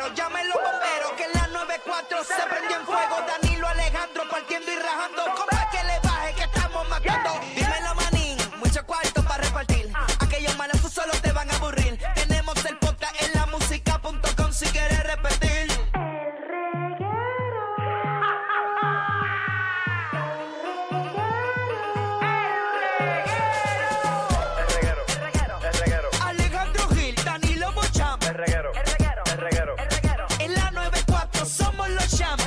llamen los bomberos que en la 94 se prendió en fuego. Danilo Alejandro partiendo y rajando. Compa que le baje que estamos matando. Dímelo, manín, mucho cuarto para repartir. Aquellos malos solo te van a aburrir. Tenemos el podcast en la música.com si quieres repetir. Alejandro Gil, Danilo Bocham. En la 94 somos los champ.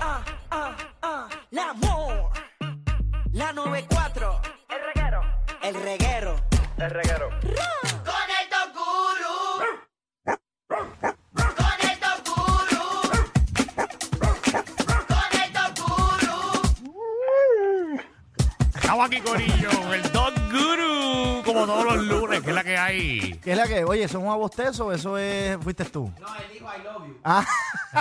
La amor. La 94. El reguero. Con el Don Guru. Con el Don Guru. Con el Don Guru. Estamos aquí, corillo, el Dog Guru, como todos los lunes, que es la que hay. ¿Qué es la que? Oye, ¿eso es un abostezo o eso es fuiste tú? No, él dijo I love you. Ah.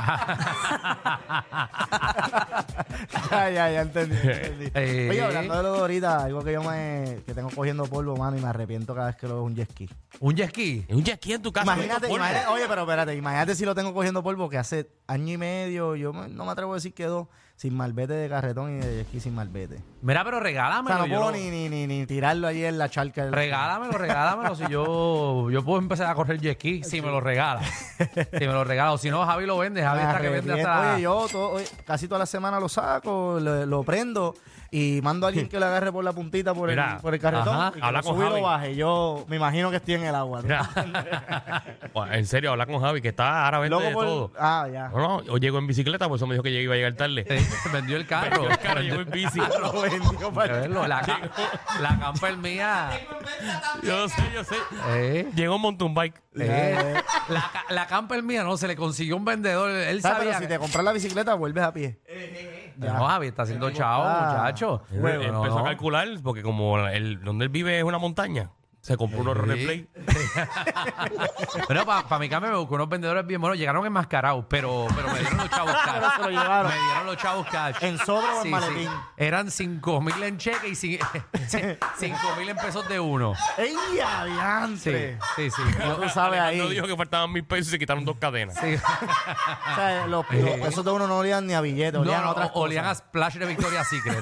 ya entendí. Oye, hablando de lo de ahorita, algo que que tengo cogiendo polvo, mano, y me arrepiento cada vez que lo veo un jet ski. ¿Un jet ski? Un jet ski en tu casa. Imagínate, oye, pero espérate, imagínate si lo tengo cogiendo polvo, que hace año y medio, no me atrevo a decir que dos, sin malvete de carretón y de jet ski sin malvete. Mira, pero O regálamelo. sea, no puedo ni tirarlo allí en la charca. Regálamelo. Si yo puedo empezar a correr jet ski, si me lo regala. Si me lo regala. O si no, Javi lo vende. Javi está que vende hasta... Oye, casi toda la semana lo saco, lo prendo y mando a alguien que le agarre por la puntita por el carretón. Ajá, y que habla lo con suba y Javi. lo baje. Yo me imagino que estoy en el agua. ¿no? Mira. Bueno, en serio, habla con Javi, que está ahora vende de todo. Ya. No, o llego en bicicleta, por eso me dijo que iba a llegar tarde. Vendió el carro. Llegó en bici. Lo vendió para el... La camper mía. Yo sé. Llegó en mountain bike. La camper mía no se le consiguió un vendedor. Él ¿Sabes? sabía. Pero si te compras la bicicleta, vuelves a pie. No, Javi está haciendo chavo, muchacho. Empezó a calcular, porque como donde él vive es una montaña, se compró unos rollerblades. Pero para mi cambio me buscó unos vendedores bien buenos. Llegaron enmascarados, pero me dieron los chavos cash. Pero se lo llevaron. Me dieron los chavos cash. ¿En sobre o en maletín? Eran 5,000 en cheque y 5,000 en pesos de uno. ¡Ey, Sí, adiantre! sí, sí. Tú sabes ahí. No dijo que faltaban 1,000 pesos y se quitaron 2 cadenas. Sí. O sea, los pesos de uno no olían ni a billetes, olían a otras olían a cosas. Splash de Victoria's Secret.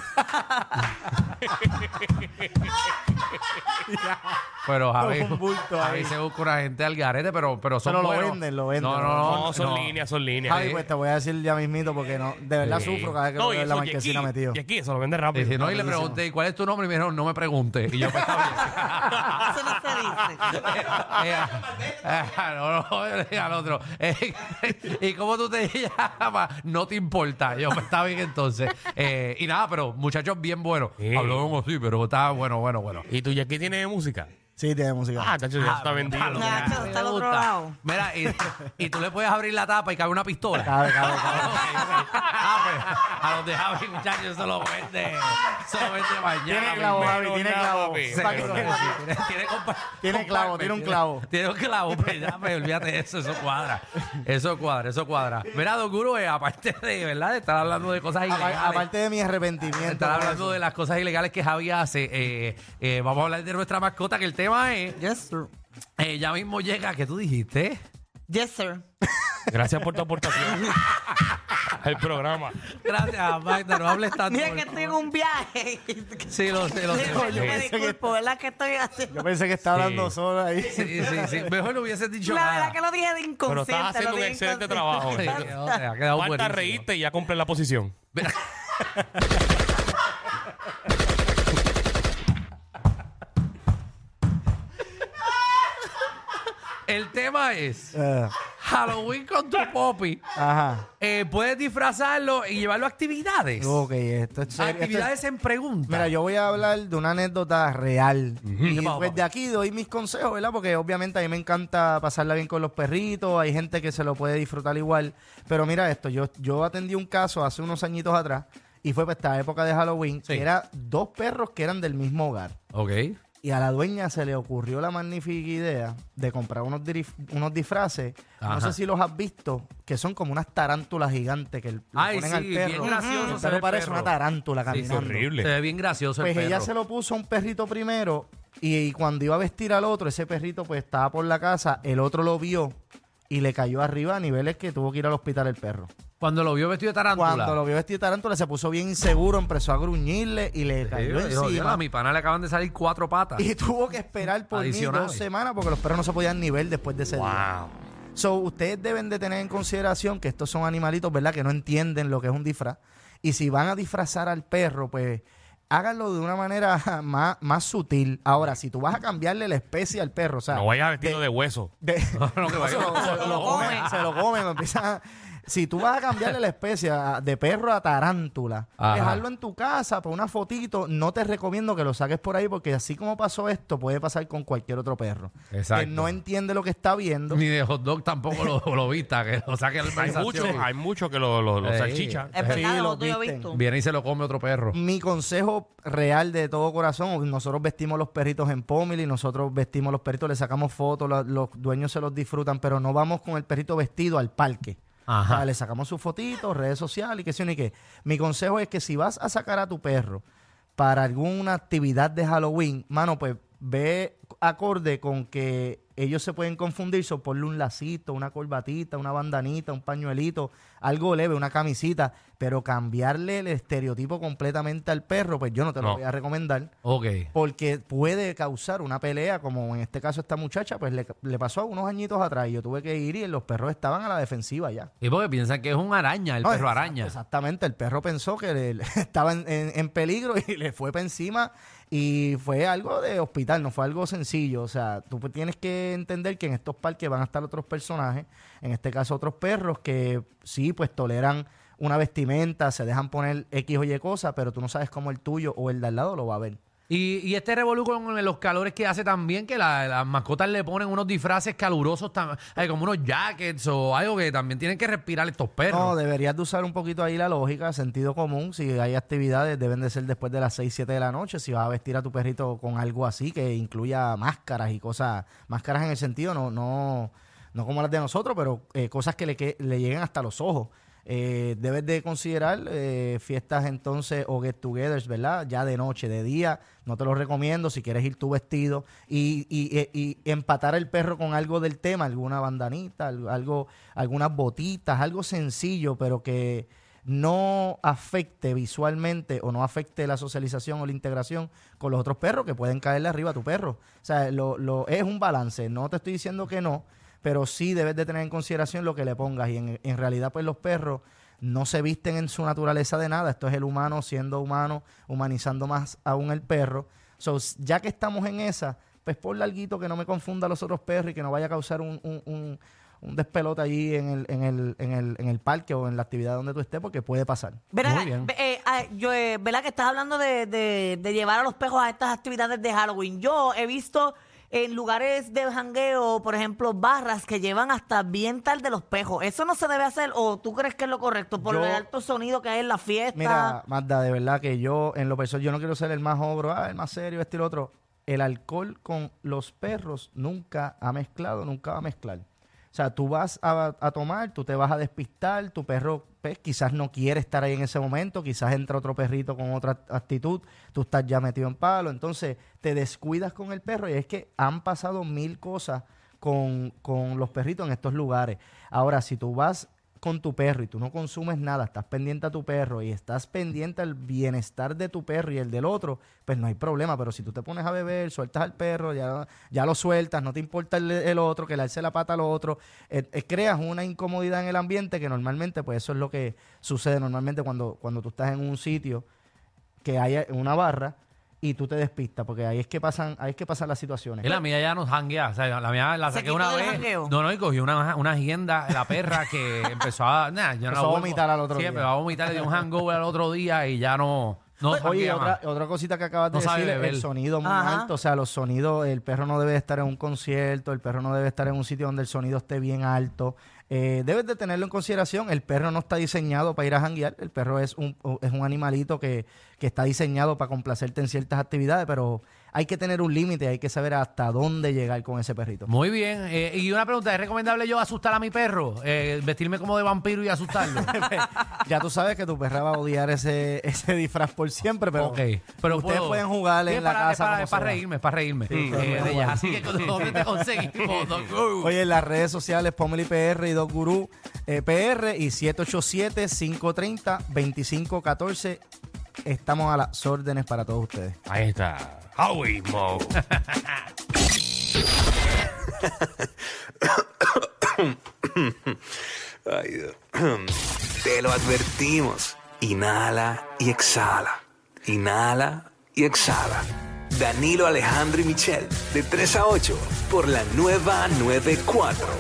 Pero Javi, Un bulto ahí. Javi se busca una gente al garete, pero son Pero lo buenos. venden, lo venden. No, son líneas. Javi, pues te voy a decir ya mismito porque no, de verdad Sí. sufro cada vez que lo veo en la marquesina metido. Y aquí eso lo vende rápido. Y le pregunté, ¿cuál es tu nombre? Y me dijeron, no me pregunte. Y yo, pues está bien. Eso no se dice. No, yo le dije al otro. ¿Y cómo tú te llamas? No te importa. Yo, pues está bien entonces. Y nada, pero muchachos bien buenos. Sí. Habló como sí, pero está bueno. ¿Y tu jet ski tiene música? Sí, tiene música. Ah, tacho, ya está vendido. Nacho, está al otro lado. Mira, y tú le puedes abrir la tapa y cabe una pistola. Cabe. Pues, a los de Javi, muchachos, eso lo vende mañana. Tiene clavo, mi Javi, tiene clavo. papi. Tiene clavo, tiene un clavo. Tiene un clavo, pues ya, pues, olvídate de eso, eso cuadra. Mira, Don Guru, aparte de, ¿verdad? De estar hablando de cosas ilegales. Aparte de mi arrepentimiento. Estar hablando de las cosas ilegales que Javi hace, vamos a hablar de nuestra mascota, que el tema es, Yes, sir. ya mismo llega, ¿qué tú dijiste? Yes, sir. Gracias por tu aportación al programa. Gracias, Magda, no hables tanto. Mira que estoy en un viaje. Sí, lo sé. Yo me disculpo, ¿verdad? Que estoy haciendo. Yo pensé que estaba hablando solo ahí. Sí. Mejor no hubieses dicho La nada. verdad que lo dije de inconsciente. Pero estás haciendo lo un dije excelente inconsciente. trabajo. Sí, no, te ha quedado Falta buenísimo. reírte y ya compré la posición. Mira. El tema es Halloween con tu popi. Ajá. Puedes disfrazarlo y llevarlo a actividades. Ok, esto es serio. Actividades en pregunta. Mira, yo voy a hablar de una anécdota real. Y Vamos, pues de aquí doy mis consejos, ¿verdad? Porque obviamente a mí me encanta pasarla bien con los perritos. Hay gente que se lo puede disfrutar igual. Pero mira esto, yo atendí un caso hace unos añitos atrás y fue para esta época de Halloween, Sí. que era 2 perros que eran del mismo hogar. Ok. Y a la dueña se le ocurrió la magnífica idea de comprar unos disfraces. Ajá. No sé si los has visto, que son como unas tarántulas gigantes que le Ay, ponen sí, al perro. bien gracioso El se ve perro el parece perro. una tarántula Sí, caminando. horrible. Se ve bien gracioso Pues el perro. ella se lo puso a un perrito primero y cuando iba a vestir al otro, ese perrito pues estaba por la casa, el otro lo vio y le cayó arriba a niveles que tuvo que ir al hospital el perro. Cuando lo vio vestido de tarántula. Cuando lo vio vestido de tarántula se puso bien inseguro, empezó a gruñirle y le cayó Dijo, encima. a mi pana le acaban de salir 4 patas. Y tuvo que esperar por mí Adicionales. 2 semanas porque los perros no se podían ni ver después de ese día. Wow. So, ustedes deben de tener en consideración que estos son animalitos, ¿verdad? Que no entienden lo que es un disfraz. Y si van a disfrazar al perro, pues háganlo de una manera más sutil. Ahora, si tú vas a cambiarle la especie al perro, o sea... No vayas a vestirlo de hueso. No, que vaya. se lo comen, empiezan si tú vas a cambiarle la especie de perro a tarántula, Ajá. dejarlo en tu casa por una fotito, no te recomiendo que lo saques por ahí porque así como pasó esto, puede pasar con cualquier otro perro. Exacto. Que no entiende lo que está viendo. Ni de hot dog tampoco lo vista, que lo saque al Hay muchos que lo Sí. salchichan. Es verdad, Sí, lo lo tuyo he visten. visto. Viene y se lo come otro perro. Mi consejo real de todo corazón, nosotros vestimos los perritos en Pomili, nosotros vestimos los perritos, le sacamos fotos, los dueños se los disfrutan, pero no vamos con el perrito vestido al parque. Ajá. O sea, le sacamos sus fotitos, redes sociales y qué sé yo ni qué. Mi consejo es que si vas a sacar a tu perro para alguna actividad de Halloween, mano, pues ve acorde con que ellos se pueden confundir, ponle un lacito, una corbatita, una bandanita, un pañuelito, algo leve, una camisita, pero cambiarle el estereotipo completamente al perro, pues yo no te lo No. voy a recomendar. Ok. Porque puede causar una pelea, como en este caso esta muchacha, pues le pasó unos añitos atrás y yo tuve que ir y los perros estaban a la defensiva ya. Y porque piensan que es un araña, el No, perro exacto, araña. Exactamente, el perro pensó que estaba en peligro y le fue para encima y fue algo de hospital, no fue algo sencillo. O sea, tú tienes que entender que en estos parques van a estar otros personajes, en este caso otros perros que sí, pues toleran una vestimenta, se dejan poner X o Y cosas, pero tú no sabes cómo el tuyo o el de al lado lo va a ver. Y este revolú con los calores que hace también, que las mascotas le ponen unos disfraces calurosos, como unos jackets o algo que también tienen que respirar estos perros. No, deberías de usar un poquito ahí la lógica, sentido común. Si hay actividades, deben de ser después de las 6, 7 de la noche. Si vas a vestir a tu perrito con algo así, que incluya máscaras y cosas, máscaras en el sentido, no como las de nosotros, pero cosas que le lleguen hasta los ojos. Debes de considerar fiestas entonces o get-togethers, ¿verdad? Ya de noche, de día, no te lo recomiendo si quieres ir tú vestido y empatar el perro con algo del tema, alguna bandanita, algunas botitas, algo sencillo, pero que no afecte visualmente o no afecte la socialización o la integración con los otros perros que pueden caerle arriba a tu perro. O sea, es un balance, no te estoy diciendo que no, pero sí debes de tener en consideración lo que le pongas. Y en realidad, pues los perros no se visten en su naturaleza de nada. Esto es el humano siendo humano, humanizando más aún el perro. So, ya que estamos en esa, pues ponle alguito que no me confunda a los otros perros y que no vaya a causar un despelote allí en el parque o en la actividad donde tú estés, porque puede pasar. Muy bien. ¿Verdad que estás hablando de llevar a los perros a estas actividades de Halloween? Yo he visto en lugares de jangueo, por ejemplo, barras que llevan hasta bien tarde los perros. ¿Eso no se debe hacer o tú crees que es lo correcto por el alto sonido que hay en la fiesta? Mira, Magda, de verdad que yo, en lo personal, yo no quiero ser el más obro, el más serio, este y lo otro. El alcohol con los perros nunca va a mezclar. O sea, tú vas a tomar, tú te vas a despistar, tu perro pues, quizás no quiere estar ahí en ese momento, quizás entra otro perrito con otra actitud, tú estás ya metido en palo, entonces te descuidas con el perro y es que han pasado 1000 cosas con los perritos en estos lugares. Ahora, si tú vas con tu perro y tú no consumes nada, estás pendiente a tu perro y estás pendiente al bienestar de tu perro y el del otro, pues no hay problema. Pero si tú te pones a beber, sueltas al perro, ya lo sueltas, no te importa el otro, que le alce la pata al otro, creas una incomodidad en el ambiente que normalmente, pues eso es lo que sucede normalmente cuando tú estás en un sitio que haya una barra y tú te despistas, porque ahí es que pasan las situaciones. Y la mía ya nos janguea. O sea, la mía la ¿Se saqué quitó una del vez. jangueo? No, y cogí una agenda, la perra que empezó a... Nah, yo no Empezó a vuelvo. vomitar al otro Sí, día. empezó a vomitar, le dio un hangover al otro día y ya no Oye, janguea más. otra cosita que acabas de No sabe decir, beber. el sonido muy Ajá. alto, o sea, los sonidos, el perro no debe estar en un concierto, el perro no debe estar en un sitio donde el sonido esté bien alto. Debes de tenerlo en consideración, el perro no está diseñado para ir a janguear, el perro es un animalito que está diseñado para complacerte en ciertas actividades, pero hay que tener un límite, hay que saber hasta dónde llegar con ese perrito. Muy bien. Y una pregunta, ¿es recomendable yo asustar a mi perro? Vestirme como de vampiro y asustarlo. Ya tú sabes que tu perra va a odiar ese disfraz por siempre, pero, Ok, pero ustedes puedo- pueden jugar Sí, en la casa. Es para reírme, es para reírme. De ella. Así que ¿dónde te conseguimos, Don Guru? Oye, en las redes sociales, Pomeli PR y Doc Gurú PR y 787-530-2514. Estamos a las órdenes para todos ustedes. Ahí está. Howie Mo. Ay, Dios. Te lo advertimos. Inhala y exhala. Inhala y exhala. Danilo Alejandro y Michel, de 3 a 8, por la nueva 94.